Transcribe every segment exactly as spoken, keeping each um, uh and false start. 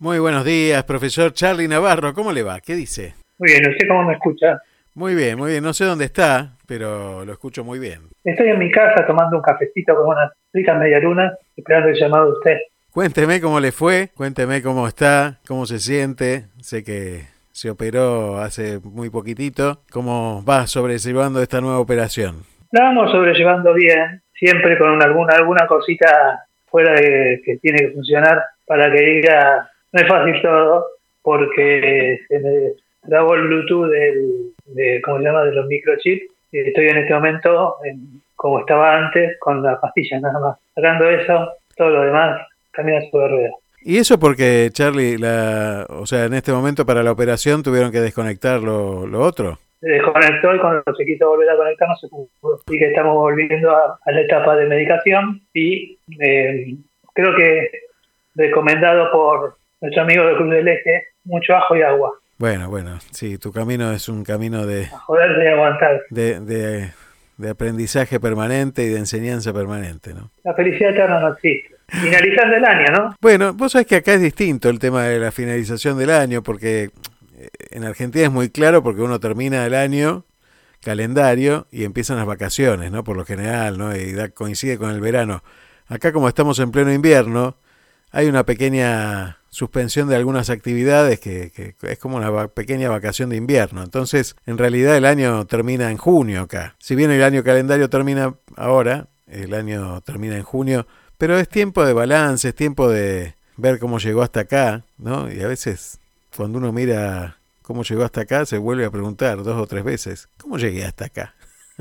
Muy buenos días, profesor Charlie Navarro. ¿Cómo le va? ¿Qué dice? Muy bien, no sé cómo me escucha. Muy bien, muy bien. No sé dónde está, pero lo escucho muy bien. Estoy en mi casa tomando un cafecito con unas ricas medialunas, esperando el llamado de usted. Cuénteme cómo le fue, cuénteme cómo está, cómo se siente. Sé que se operó hace muy poquitito. ¿Cómo va sobrellevando esta nueva operación? La vamos sobrellevando bien, siempre con una- alguna, alguna cosita fuera de que tiene que funcionar para que diga, no es fácil todo, porque se me trabó el Bluetooth del, de, ¿cómo se llama?, de los microchips. Y estoy en este momento, en- como estaba antes, con las pastillas nada más. Sacando eso, todo lo demás camina sobre ruedas. Y eso porque, Charlie, la, o sea, en este momento para la operación tuvieron que desconectar lo, lo otro. Se desconectó y cuando se quiso volver a conectar no se pudo. Así que estamos volviendo a, a la etapa de medicación y eh, creo que recomendado por nuestro amigo del Club del Eje, mucho ajo y agua. Bueno, bueno, sí, tu camino es un camino de, A joderse y aguantar. de, de, de aprendizaje permanente y de enseñanza permanente, ¿no? La felicidad eterna no existe. Finalizando el año, ¿no? Bueno, vos sabés que acá es distinto el tema de la finalización del año, porque eh, en Argentina es muy claro porque uno termina el año calendario y empiezan las vacaciones, ¿no? Por lo general, ¿no? Y da, coincide con el verano. Acá como estamos en pleno invierno, hay una pequeña suspensión de algunas actividades que, que es como una va- pequeña vacación de invierno. Entonces, en realidad el año termina en junio acá. Si bien el año calendario termina ahora, el año termina en junio, pero es tiempo de balance, es tiempo de ver cómo llegó hasta acá, ¿no? Y a veces cuando uno mira cómo llegó hasta acá, se vuelve a preguntar dos o tres veces, ¿cómo llegué hasta acá?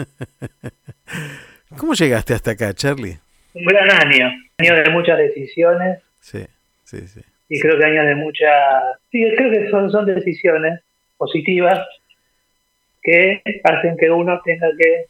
¿Cómo llegaste hasta acá, Charlie? Un gran año. Año de muchas decisiones Sí, sí, sí. y creo que año de muchas... Sí, creo que son, son decisiones positivas que hacen que uno tenga que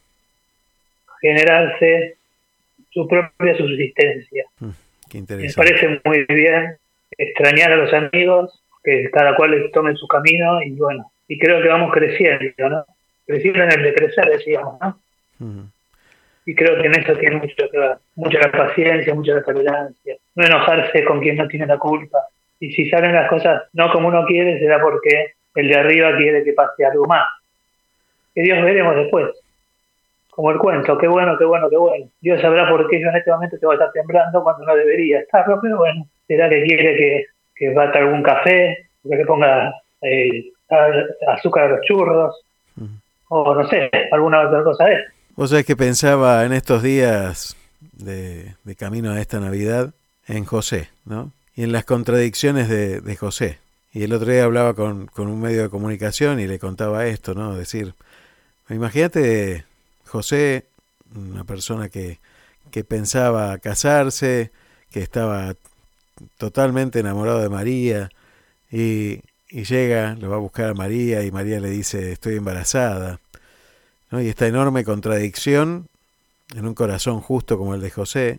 generarse su propia subsistencia. Mm, qué Me interesante. parece muy bien extrañar a los amigos, que cada cual tome su camino y bueno, y creo que vamos creciendo, ¿no? Creciendo en el de crecer, decíamos, ¿no? Mm. Y creo que en eso tiene mucho que ver, mucha la paciencia, mucha la tolerancia, no enojarse con quien no tiene la culpa. Y si salen las cosas no como uno quiere, será porque el de arriba quiere que pase algo más. Que Dios veremos después. Como el cuento, qué bueno, qué bueno, qué bueno. Dios sabrá por qué yo en este momento te voy a estar temblando cuando no debería estarlo, pero bueno, será que quiere que, que bata algún café, que le ponga eh, azúcar a los churros, Mm. o no sé, alguna otra cosa de eso. Vos sabés que pensaba en estos días de, de camino a esta Navidad en José, ¿no? Y en las contradicciones de, de José. Y el otro día hablaba con, con un medio de comunicación y le contaba esto, ¿no? Decir, imagínate José, una persona que, que pensaba casarse, que estaba totalmente enamorado de María y, y llega, lo va a buscar a María y María le dice, estoy embarazada, ¿no? Y esta enorme contradicción en un corazón justo como el de José,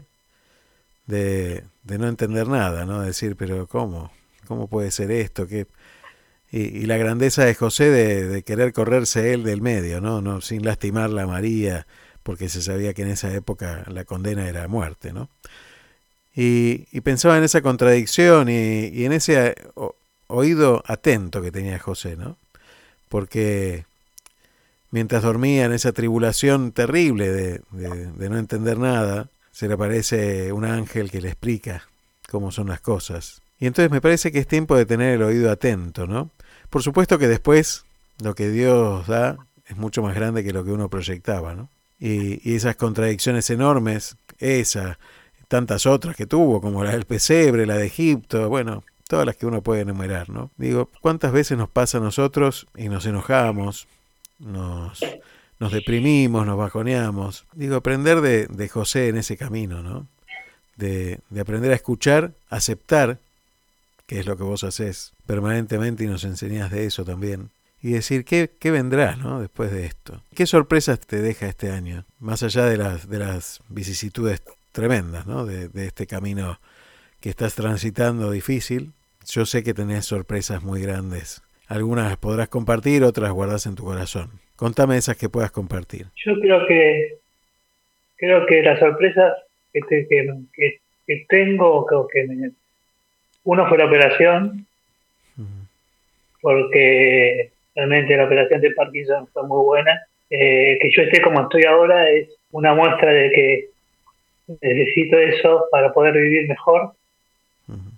de, de no entender nada, ¿no? De decir, pero ¿cómo? ¿Cómo puede ser esto? ¿Qué? Y, y la grandeza de José de, de querer correrse él del medio, ¿no? No, sin lastimarla a María, porque se sabía que en esa época la condena era muerte, ¿no? Y, y pensaba en esa contradicción y, y en ese o, oído atento que tenía José, ¿no? Porque mientras dormía en esa tribulación terrible de, de, de no entender nada, se le aparece un ángel que le explica cómo son las cosas. Y entonces me parece que es tiempo de tener el oído atento, ¿no? Por supuesto que después lo que Dios da es mucho más grande que lo que uno proyectaba, ¿no? Y, y esas contradicciones enormes, esa, tantas otras que tuvo, como la del pesebre, la de Egipto, bueno, todas las que uno puede enumerar, ¿no? Digo, ¿cuántas veces nos pasa a nosotros y nos enojamos, nos, nos deprimimos, nos bajoneamos? Digo, aprender de, de José en ese camino, ¿no? De, de aprender a escuchar, aceptar, que es lo que vos haces permanentemente y nos enseñás de eso también. Y decir, ¿qué, qué vendrá, ¿no? Después de esto? ¿Qué sorpresas te deja este año? Más allá de las, de las vicisitudes tremendas, ¿no? De, de este camino que estás transitando difícil. Yo sé que tenés sorpresas muy grandes. Algunas podrás compartir, otras guardás en tu corazón. Contame esas que puedas compartir. Yo creo que creo que las sorpresas que, te- que, que, que tengo o que, me, Uno fue la operación, porque realmente la operación de Parkinson fue muy buena. Eh, que yo esté como estoy ahora es una muestra de que necesito eso para poder vivir mejor, uh-huh.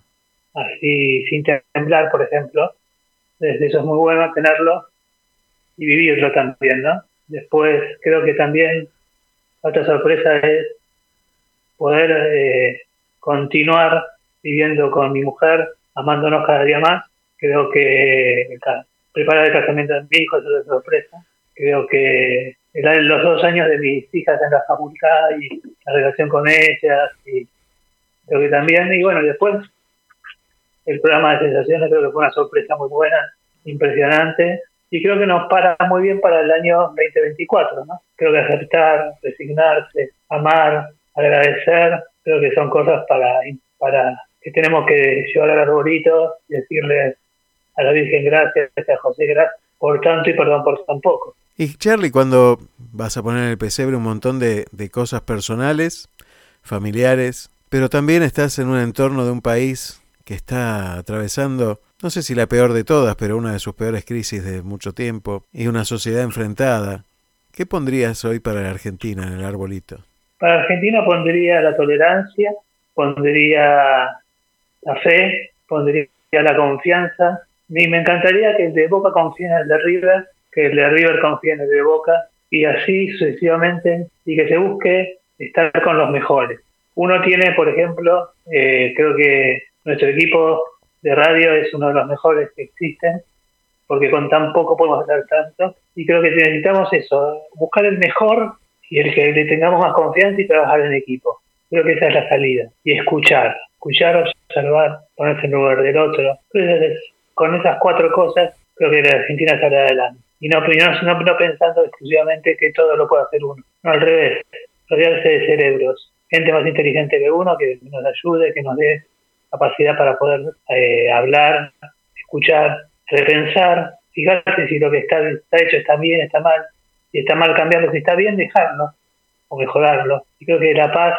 Así sin temblar, por ejemplo. Desde eso es muy bueno tenerlo y vivirlo también, ¿no? Después creo que también otra sorpresa es poder eh, continuar viviendo con mi mujer, amándonos cada día más. Creo que preparar el casamiento de mi hijo es una sorpresa. Creo que el, los dos años de mis hijas en la facultad y la relación con ellas, y creo que también, y bueno, después el programa de sensaciones creo que fue una sorpresa muy buena, impresionante, y creo que nos para muy bien para el año veinte veinticuatro, ¿no? Creo que aceptar, resignarse, amar, agradecer, creo que son cosas para, para que tenemos que llevar al arbolito y decirle a la Virgen gracias, a José gracias por tanto y perdón por tan poco. Y Charlie, cuando vas a poner en el pesebre un montón de, de cosas personales, familiares, pero también estás en un entorno de un país que está atravesando, no sé si la peor de todas, pero una de sus peores crisis de mucho tiempo, y una sociedad enfrentada, ¿qué pondrías hoy para la Argentina en el arbolito? Para Argentina pondría la tolerancia, pondría la fe, pondría la confianza. Y me encantaría que el de Boca confíe en el de River, que el de River confíe en el de Boca, y así sucesivamente, y que se busque estar con los mejores. Uno tiene, por ejemplo, eh, creo que nuestro equipo de radio es uno de los mejores que existen, porque con tan poco podemos hacer tanto, y creo que necesitamos eso, buscar el mejor y el que le tengamos más confianza y trabajar en equipo. Creo que esa es la salida. Y escuchar, escuchar, observar, ponerse en el lugar del otro. Entonces, con esas cuatro cosas, creo que la Argentina sale adelante. Y no, no, no, no pensando exclusivamente que todo lo puede hacer uno. No, al revés. Rodearse de cerebros. Gente más inteligente que uno, que nos ayude, que nos dé capacidad para poder eh, hablar, escuchar, repensar, fijarse si lo que está, está hecho está bien, está mal. Si está mal, cambiarlo. Si está bien, dejarlo o mejorarlo. Y creo que la paz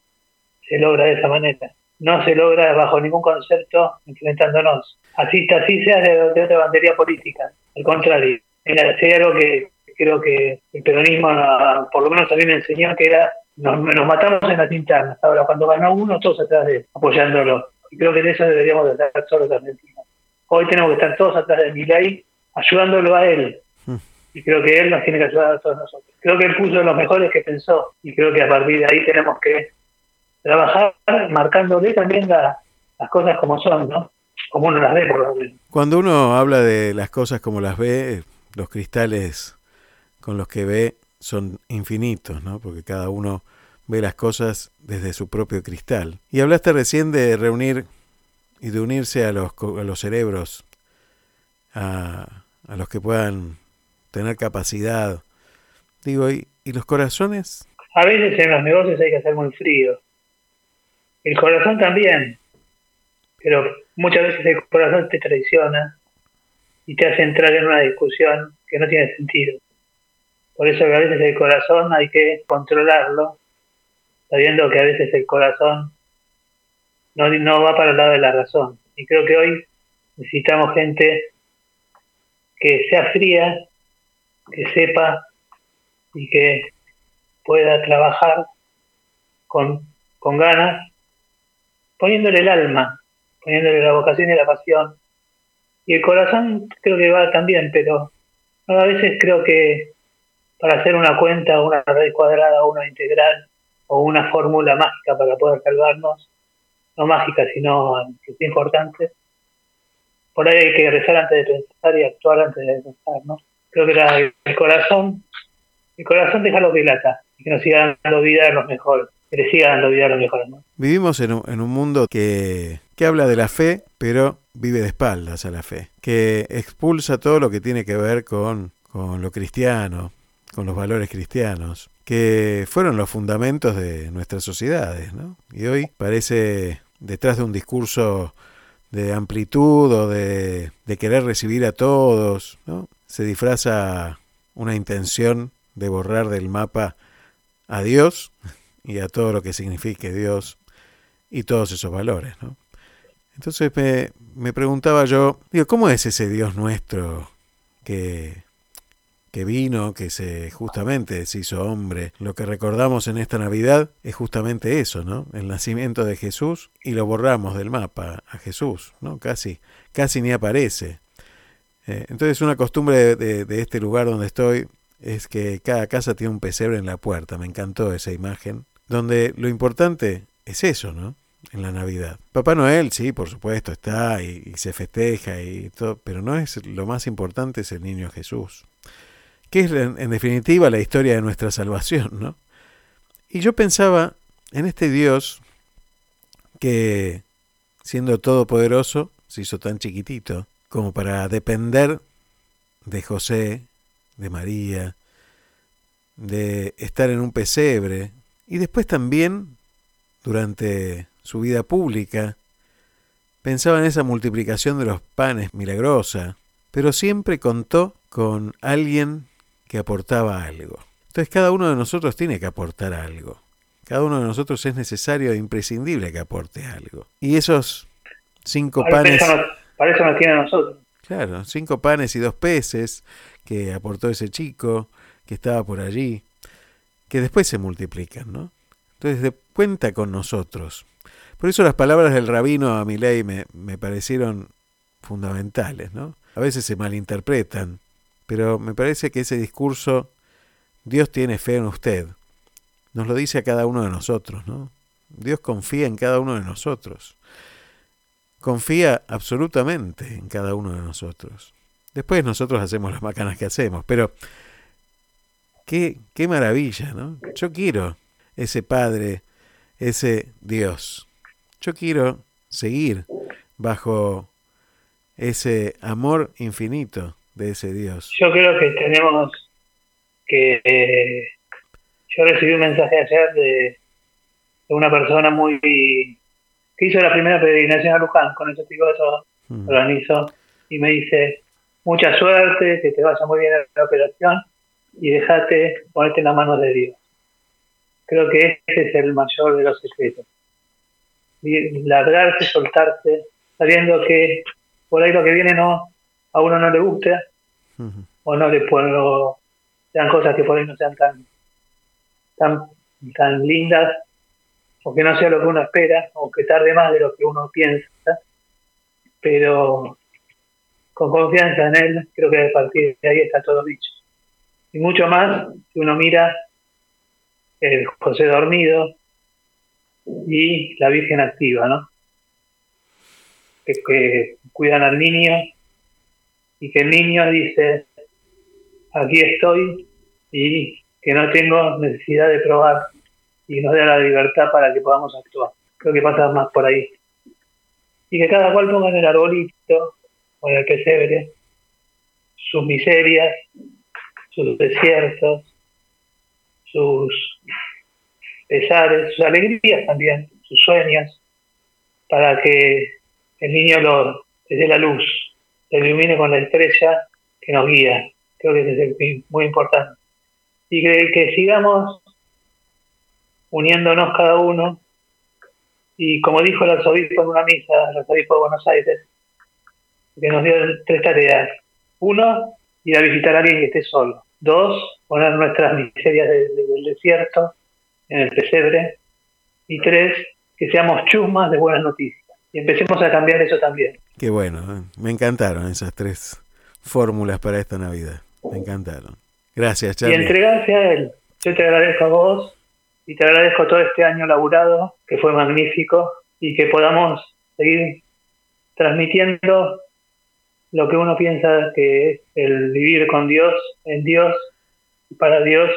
se logra de esa manera. No se logra bajo ningún concepto enfrentándonos. Así, así sea de, de otra bandería política. Al contrario, era algo que creo que el peronismo, por lo menos a mí me enseñó, que era nos, nos matamos en las internas. Ahora, cuando ganó uno, todos atrás de él, apoyándolo. Y creo que de eso deberíamos de estar solos argentinos. Hoy tenemos que estar todos atrás de Milei, ayudándolo a él. Y creo que él nos tiene que ayudar a todos nosotros. Creo que él puso los mejores que pensó. Y creo que a partir de ahí tenemos que trabajar marcándole también la, las cosas como son, ¿no? Como uno las ve, por lo menos. Cuando uno habla de las cosas como las ve, los cristales con los que ve son infinitos, ¿no? Porque cada uno ve las cosas desde su propio cristal. Y hablaste recién de reunir y de unirse a los, a los cerebros, a, a los que puedan tener capacidad. Digo, ¿y, y los corazones? A veces en los negocios hay que hacer muy frío. El corazón también, pero muchas veces el corazón te traiciona y te hace entrar en una discusión que no tiene sentido. Por eso que a veces el corazón hay que controlarlo, sabiendo que a veces el corazón no, no va para el lado de la razón. Y creo que hoy necesitamos gente que sea fría, que sepa y que pueda trabajar con, con ganas, poniéndole el alma, poniéndole la vocación y la pasión. Y el corazón creo que va también, pero a veces creo que para hacer una cuenta, una raíz cuadrada, o una integral, o una fórmula mágica para poder salvarnos, no mágica, sino que es importante, por ahí hay que rezar antes de pensar y actuar antes de pensar, ¿no? Creo que la, el corazón, el corazón déjalo que lata, y que nos siga dando vida a los mejores, que le siga dando vida a los mejores, ¿no? Vivimos en un, en un mundo que, que habla de la fe, pero vive de espaldas a la fe, que expulsa todo lo que tiene que ver con, con lo cristiano, con los valores cristianos, que fueron los fundamentos de nuestras sociedades, ¿no? Y hoy parece, detrás de un discurso de amplitud o de, de querer recibir a todos, ¿no?, se disfraza una intención de borrar del mapa a Dios y a todo lo que signifique Dios y todos esos valores, ¿no? Entonces me, me preguntaba yo, digo, ¿cómo es ese Dios nuestro que, que vino, que se justamente se hizo hombre? Lo que recordamos en esta Navidad es justamente eso, ¿no? El nacimiento de Jesús, y lo borramos del mapa a Jesús, ¿no? Casi, casi ni aparece. Eh, entonces una costumbre de, de, de este lugar donde estoy es que cada casa tiene un pesebre en la puerta. Me encantó esa imagen, donde lo importante es eso, ¿no? En la Navidad. Papá Noel, sí, por supuesto, está y, y se festeja y todo, pero no es lo más importante, es el niño Jesús, que es en, en definitiva la historia de nuestra salvación, ¿no? Y yo pensaba en este Dios que, siendo todopoderoso, se hizo tan chiquitito como para depender de José, de María, de estar en un pesebre, y después también, durante su vida pública, pensaba en esa multiplicación de los panes milagrosa, pero siempre contó con alguien que aportaba algo. Entonces cada uno de nosotros tiene que aportar algo. Cada uno de nosotros es necesario e imprescindible que aporte algo. Y esos cinco Para panes... eso, nos, para eso nos tiene a nosotros. Claro, cinco panes y dos peces que aportó ese chico que estaba por allí, que después se multiplican, ¿no? Entonces de, cuenta con nosotros. Por eso las palabras del rabino Amilei me, me parecieron fundamentales, ¿no? A veces se malinterpretan, pero me parece que ese discurso, Dios tiene fe en usted, nos lo dice a cada uno de nosotros, ¿no? Dios confía en cada uno de nosotros. Confía absolutamente en cada uno de nosotros. Después nosotros hacemos las macanas que hacemos, pero qué, qué maravilla, ¿no? Yo quiero ese Padre, ese Dios. Yo quiero seguir bajo ese amor infinito de ese Dios. Yo creo que tenemos que... Eh, yo recibí un mensaje ayer de, de una persona muy... que hizo la primera peregrinación a Luján, con eso digo, eso mm. organizó, y me dice, mucha suerte, que te vaya muy bien la operación, y dejate ponerte en las manos de Dios. Creo que ese es el mayor de los secretos. Y largarse, soltarse, sabiendo que por ahí lo que viene no a uno no le gusta, uh-huh. o no le puedo, sean cosas que por ahí no sean tan, tan, tan lindas, o que no sea lo que uno espera, o que tarde más de lo que uno piensa, pero con confianza en él, creo que a partir de ahí está todo dicho. Y mucho más si uno mira el José dormido y la Virgen activa, ¿no? Que, que cuidan al niño y que el niño dice, aquí estoy y que no tengo necesidad de probar, y nos da la libertad para que podamos actuar. Creo que pasa más por ahí. Y que cada cual ponga en el arbolito o en el pesebre sus miserias, sus desiertos, sus pesares, sus alegrías también, sus sueños, para que el niño lo, le dé la luz, le ilumine con la estrella que nos guía. Creo que eso es muy importante. Y que, que sigamos uniéndonos cada uno, y como dijo el arzobispo en una misa, el arzobispo de Buenos Aires, que nos dio tres tareas. Uno, ir a visitar a alguien que esté solo. Dos, poner nuestras miserias de, de, del desierto en el pesebre. Y tres, que seamos chusmas de buenas noticias. Y empecemos a cambiar eso también. Qué bueno, ¿eh? Me encantaron esas tres fórmulas para esta Navidad. Me encantaron. Gracias, Charlie. Y entregarse a él. Yo te agradezco a vos y te agradezco todo este año laburado, que fue magnífico, y que podamos seguir transmitiendo lo que uno piensa que es el vivir con Dios, en Dios, para Dios,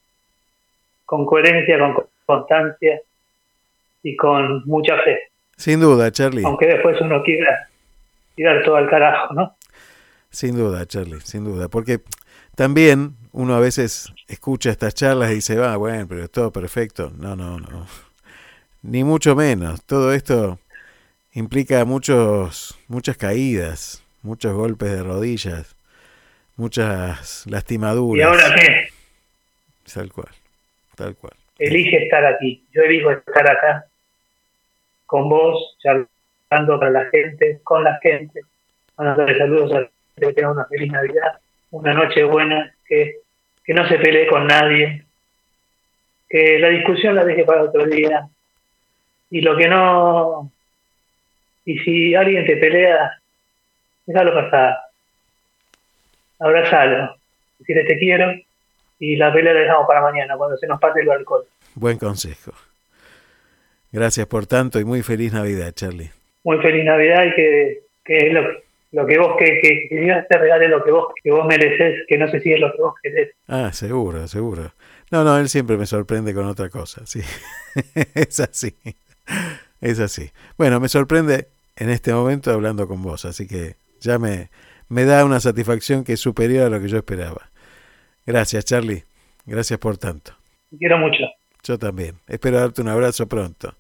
con coherencia, con constancia y con mucha fe. Sin duda, Charlie. Aunque después uno quiera tirar todo al carajo, ¿no? Sin duda, Charlie, sin duda. Porque también uno a veces escucha estas charlas y dice, va, ah, bueno, pero es todo perfecto. No, no, no. Ni mucho menos. Todo esto implica muchos, muchas caídas, muchos golpes de rodillas, muchas lastimaduras. ¿Y ahora qué? Tal cual, tal cual. Elige estar aquí. Yo elijo estar acá con vos, charlando trabajando para la gente, con la gente, mandándole saludos a la gente, que tenga una feliz Navidad, una noche buena, que, que no se pelee con nadie, que la discusión la deje para otro día, y lo que no, y si alguien te pelea, déjalo pasar, abrazalo, decirle te quiero, y la pelea la dejamos para mañana, cuando se nos pase el alcohol. Buen consejo. Gracias por tanto y muy feliz Navidad, Charlie. Muy feliz Navidad y que, que lo, lo que vos, que, que, que Dios te regale lo que vos, que vos mereces, que no sé si es lo que vos querés. Ah, seguro, seguro. No, no, él siempre me sorprende con otra cosa, sí. Es así, es así. Bueno, me sorprende en este momento hablando con vos, así que ya me, me da una satisfacción que es superior a lo que yo esperaba. Gracias, Charlie. Gracias por tanto. Te quiero mucho. Yo también. Espero darte un abrazo pronto.